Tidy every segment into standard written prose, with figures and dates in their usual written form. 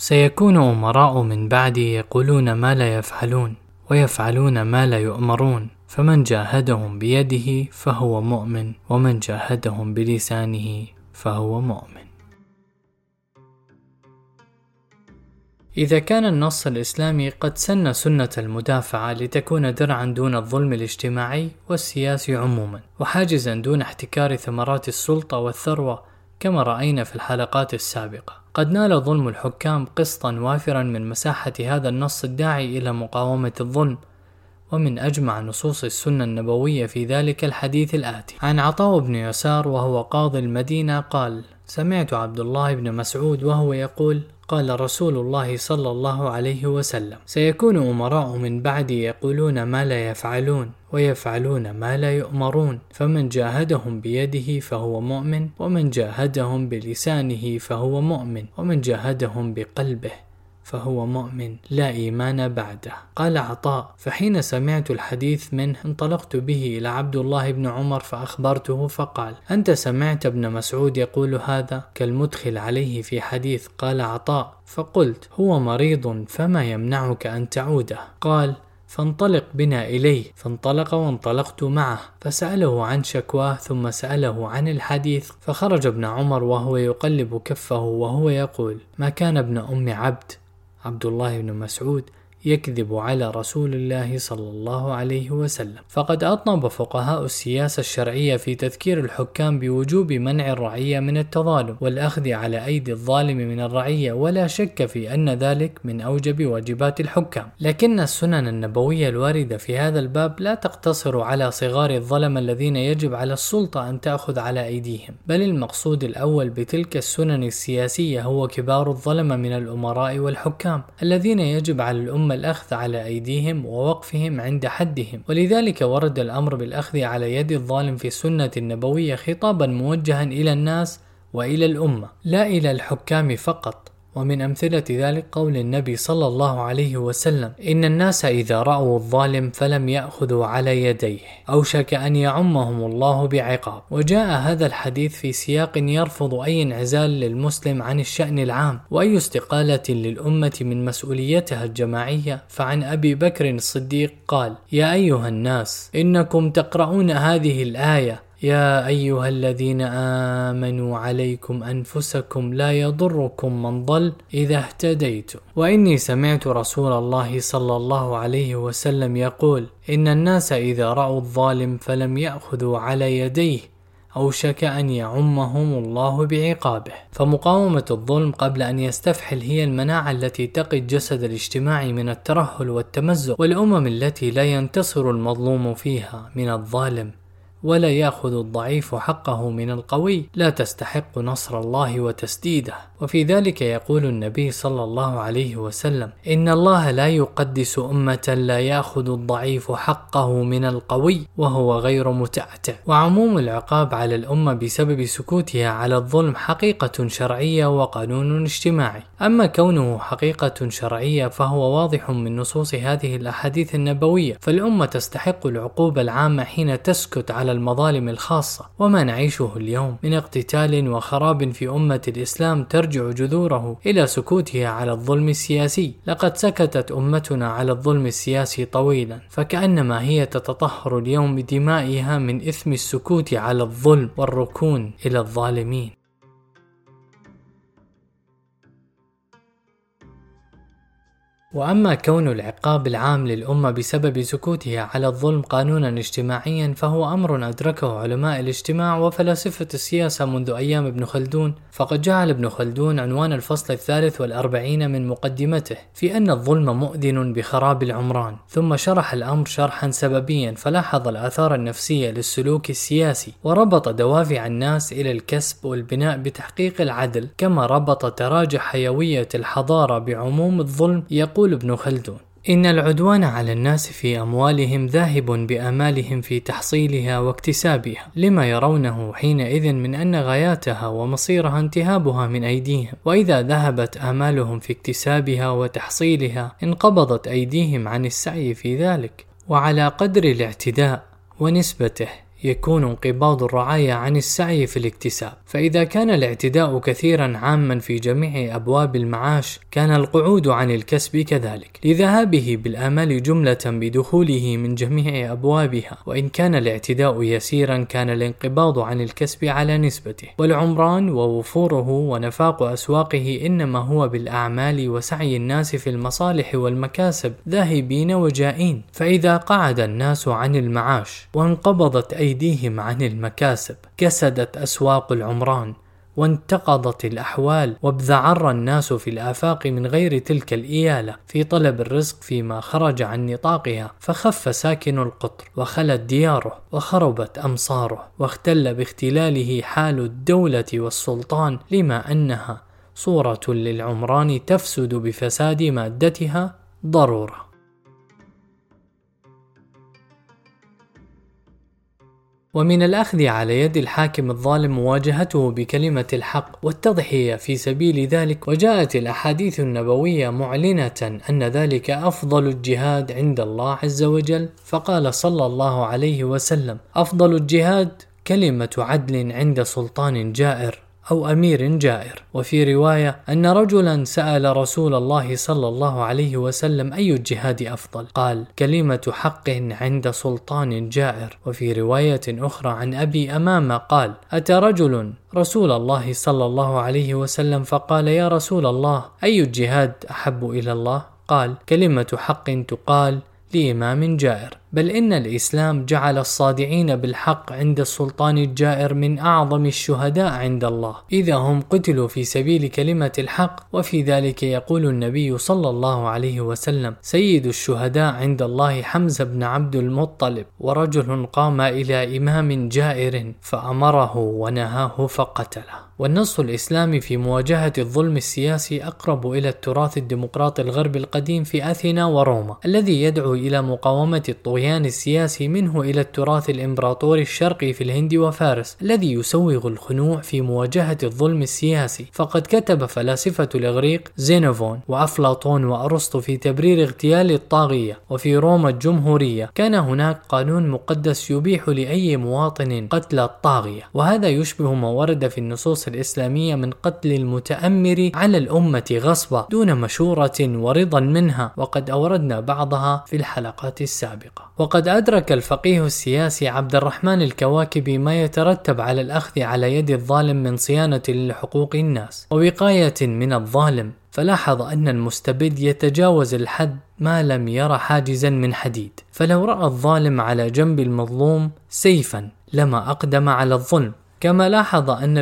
سيكون أمراء من بعدي يقولون ما لا يفعلون ويفعلون ما لا يؤمرون، فمن جاهدهم بيده فهو مؤمن، ومن جاهدهم بلسانه فهو مؤمن. إذا كان النص الإسلامي قد سن سنة المدافعة لتكون درعا دون الظلم الاجتماعي والسياسي عموما، وحاجزا دون احتكار ثمرات السلطة والثروة كما رأينا في الحلقات السابقة، قد نال ظلم الحكام قسطا وافرا من مساحة هذا النص الداعي إلى مقاومة الظلم. ومن أجمع نصوص السنة النبوية في ذلك الحديث الآتي: عن عطاء بن يسار وهو قاضي المدينة قال: سمعت عبد الله بن مسعود وهو يقول: قال رسول الله صلى الله عليه وسلم: سيكون أمراء من بعدي يقولون ما لا يفعلون ويفعلون ما لا يؤمرون، فمن جاهدهم بيده فهو مؤمن، ومن جاهدهم بلسانه فهو مؤمن، ومن جاهدهم بقلبه فهو مؤمن لا إيمان بعده. قال عطاء: فحين سمعت الحديث منه انطلقت به إلى عبد الله بن عمر فأخبرته، فقال: أنت سمعت ابن مسعود يقول هذا؟ كالمدخل عليه في حديث. قال عطاء: فقلت: هو مريض فما يمنعك أن تعوده؟ قال: فانطلق بنا إليه. فانطلق وانطلقت معه، فسأله عن شكواه ثم سأله عن الحديث، فخرج ابن عمر وهو يقلب كفه وهو يقول: ما كان ابن أم عبد الله بن مسعود يكذب على رسول الله صلى الله عليه وسلم. فقد أطنب فقهاء السياسة الشرعية في تذكير الحكام بوجوب منع الرعية من التظالم والأخذ على أيدي الظالم من الرعية، ولا شك في أن ذلك من أوجب واجبات الحكام. لكن السنن النبوية الواردة في هذا الباب لا تقتصر على صغار الظلم الذين يجب على السلطة أن تأخذ على أيديهم، بل المقصود الأول بتلك السنن السياسية هو كبار الظلم من الأمراء والحكام الذين يجب على الأمة الأخذ على أيديهم ووقفهم عند حدهم. ولذلك ورد الأمر بالأخذ على يد الظالم في السنة النبوية خطابا موجها إلى الناس وإلى الأمة، لا إلى الحكام فقط. ومن أمثلة ذلك قول النبي صلى الله عليه وسلم: إن الناس إذا رأوا الظالم فلم يأخذوا على يديه أوشك أن يعمهم الله بعقاب. وجاء هذا الحديث في سياق يرفض أي انعزال للمسلم عن الشأن العام وأي استقالة للأمة من مسؤوليتها الجماعية. فعن أبي بكر الصديق قال: يا أيها الناس إنكم تقرؤون هذه الآية: يا أيها الذين آمنوا عليكم أنفسكم لا يضركم من ضل إذا اهتديتم، وإني سمعت رسول الله صلى الله عليه وسلم يقول: إن الناس إذا رأوا الظالم فلم يأخذوا على يديه أوشك أن يعمهم الله بعقابه. فمقاومة الظلم قبل أن يستفحل هي المناعة التي تقي الجسد الاجتماعي من الترهل والتمزق، والأمم التي لا ينتصر المظلوم فيها من الظالم ولا يأخذ الضعيف حقه من القوي لا تستحق نصر الله وتسديده. وفي ذلك يقول النبي صلى الله عليه وسلم: إن الله لا يقدس أمة لا يأخذ الضعيف حقه من القوي وهو غير متأتع. وعموم العقاب على الأمة بسبب سكوتها على الظلم حقيقة شرعية وقانون اجتماعي. أما كونه حقيقة شرعية فهو واضح من نصوص هذه الأحاديث النبوية، فالأمة تستحق العقوبة العامة حين تسكت على المظالم الخاصة. وما نعيشه اليوم من اقتتال وخراب في أمة الإسلام ترجع جذوره إلى سكوتها على الظلم السياسي. لقد سكتت أمتنا على الظلم السياسي طويلا، فكأنما هي تتطهر اليوم بدمائها من إثم السكوت على الظلم والركون إلى الظالمين. وأما كون العقاب العام للأمة بسبب سكوتها على الظلم قانونا اجتماعيا فهو أمر أدركه علماء الاجتماع وفلاسفة السياسة منذ أيام ابن خلدون. فقد جعل ابن خلدون عنوان الفصل 43 من مقدمته في أن الظلم مؤذن بخراب العمران، ثم شرح الأمر شرحا سببيا فلاحظ الآثار النفسية للسلوك السياسي، وربط دوافع الناس إلى الكسب والبناء بتحقيق العدل، كما ربط تراجع حيوية الحضارة بعموم الظلم. يقول ابن خلدون: إن العدوان على الناس في أموالهم ذاهب بآمالهم في تحصيلها واكتسابها، لما يرونه حينئذ من أن غاياتها ومصيرها انتهابها من أيديهم، وإذا ذهبت آمالهم في اكتسابها وتحصيلها انقبضت أيديهم عن السعي في ذلك. وعلى قدر الاعتداء ونسبته يكون انقباض الرعاية عن السعي في الاكتساب. فإذا كان الاعتداء كثيرا عاما في جميع أبواب المعاش، كان القعود عن الكسب كذلك، لذهابه بالآمال جملة بدخوله من جميع أبوابها. وإن كان الاعتداء يسيرا، كان الانقباض عن الكسب على نسبته. والعمران ووفوره ونفاق أسواقه إنما هو بالأعمال وسعي الناس في المصالح والمكاسب ذاهبين وجائين. فإذا قعد الناس عن المعاش وانقبضت أيديهم عن المكاسب، كسدت أسواق العمران وانتقضت الأحوال، وابذعر الناس في الآفاق من غير تلك الإيالة في طلب الرزق فيما خرج عن نطاقها، فخف ساكن القطر، وخلت دياره، وخربت أمصاره، واختل باختلاله حال الدولة والسلطان، لما أنها صورة للعمران تفسد بفساد مادتها ضرورة. ومن الأخذ على يد الحاكم الظالم مواجهته بكلمة الحق والتضحية في سبيل ذلك، وجاءت الأحاديث النبوية معلنة أن ذلك أفضل الجهاد عند الله عز وجل. فقال صلى الله عليه وسلم: أفضل الجهاد كلمة عدل عند سلطان جائر أو أمير جائر. وفي رواية أن رجلا سأل رسول الله صلى الله عليه وسلم: أي الجهاد أفضل؟ قال: كلمة حق عند سلطان جائر. وفي رواية أخرى عن أبي أمامة قال: أتى رجل رسول الله صلى الله عليه وسلم فقال: يا رسول الله، أي الجهاد أحب إلى الله؟ قال: كلمة حق تقال لإمام جائر. بل إن الإسلام جعل الصادعين بالحق عند السلطان الجائر من أعظم الشهداء عند الله، إذا هم قتلوا في سبيل كلمة الحق. وفي ذلك يقول النبي صلى الله عليه وسلم: سيد الشهداء عند الله حمزة بن عبد المطلب، ورجل قام إلى إمام جائر فأمره ونهاه فقتله. والنص الإسلامي في مواجهة الظلم السياسي أقرب إلى التراث الديمقراطي الغربي القديم في أثينا وروما، الذي يدعو إلى مقاومة الطغيان السياسي منه إلى التراث الإمبراطوري الشرقي في الهند وفارس، الذي يسوغ الخنوع في مواجهة الظلم السياسي. فقد كتب فلاسفة الإغريق زينوفون وأفلاطون وأرسطو في تبرير اغتيال الطاغية. وفي روما الجمهورية كان هناك قانون مقدس يبيح لأي مواطن قتل الطاغية، وهذا يشبه ما ورد في النصوص الإسلامية من قتل المتأمر على الأمة غصبا دون مشورة ورضا منها، وقد أوردنا بعضها في الحلقات السابقة. وقد أدرك الفقيه السياسي عبد الرحمن الكواكبي ما يترتب على الأخذ على يد الظالم من صيانة لحقوق الناس ووقاية من الظالم، فلاحظ أن المستبد يتجاوز الحد ما لم ير حاجزا من حديد، فلو رأى الظالم على جنب المظلوم سيفا لما أقدم على الظلم. كما لاحظ أن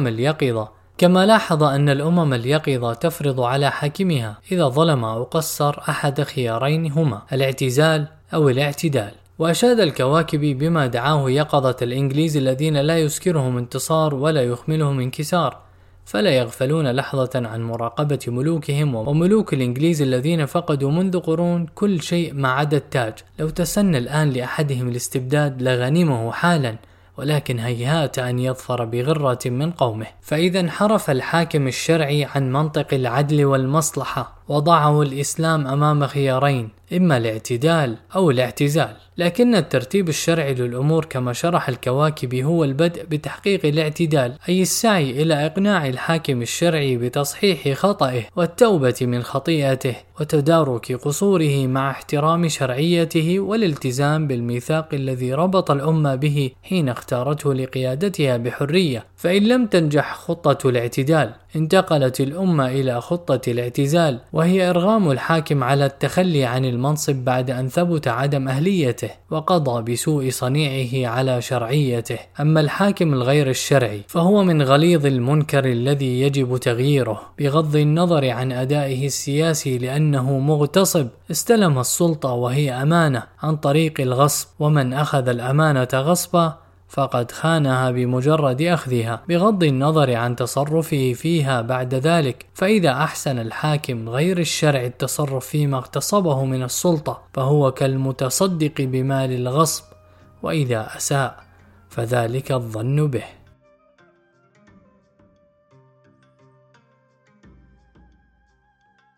الأمم اليقظة تفرض على حاكمها إذا ظلم أو قصر أحد خيارين هما الاعتزال أو الاعتدال. وأشاد الكواكبي بما دعاه يقظة الإنجليز الذين لا يسكرهم انتصار ولا يخملهم انكسار، فلا يغفلون لحظة عن مراقبة ملوكهم وملوك الإنجليز الذين فقدوا منذ قرون كل شيء ما عدا التاج. لو تسنى الآن لأحدهم الاستبداد لغنمه حالا، ولكن هيهات أن يظفر بغرة من قومه. فإذا انحرف الحاكم الشرعي عن منطق العدل والمصلحة، وضعه الإسلام أمام خيارين: إما الاعتدال أو الاعتزال. لكن الترتيب الشرعي للأمور كما شرح الكواكبي هو البدء بتحقيق الاعتدال، أي السعي إلى إقناع الحاكم الشرعي بتصحيح خطئه والتوبة من خطيئته وتدارك قصوره مع احترام شرعيته والالتزام بالميثاق الذي ربط الأمة به حين اختارته لقيادتها بحرية. فإن لم تنجح خطة الاعتدال، انتقلت الأمة إلى خطة الاعتزال، وهي إرغام الحاكم على التخلي عن المنصب بعد أن ثبت عدم أهليته وقضى بسوء صنيعه على شرعيته. أما الحاكم الغير الشرعي فهو من غليظ المنكر الذي يجب تغييره بغض النظر عن أدائه السياسي، لأنه مغتصب استلم السلطة وهي أمانة عن طريق الغصب، ومن أخذ الأمانة غصبا فقد خانها بمجرد أخذها بغض النظر عن تصرفه فيها بعد ذلك. فإذا أحسن الحاكم غير الشرعي التصرف فيما اغتصبه من السلطة فهو كالمتصدق بمال الغصب، وإذا أساء فذلك الظن به.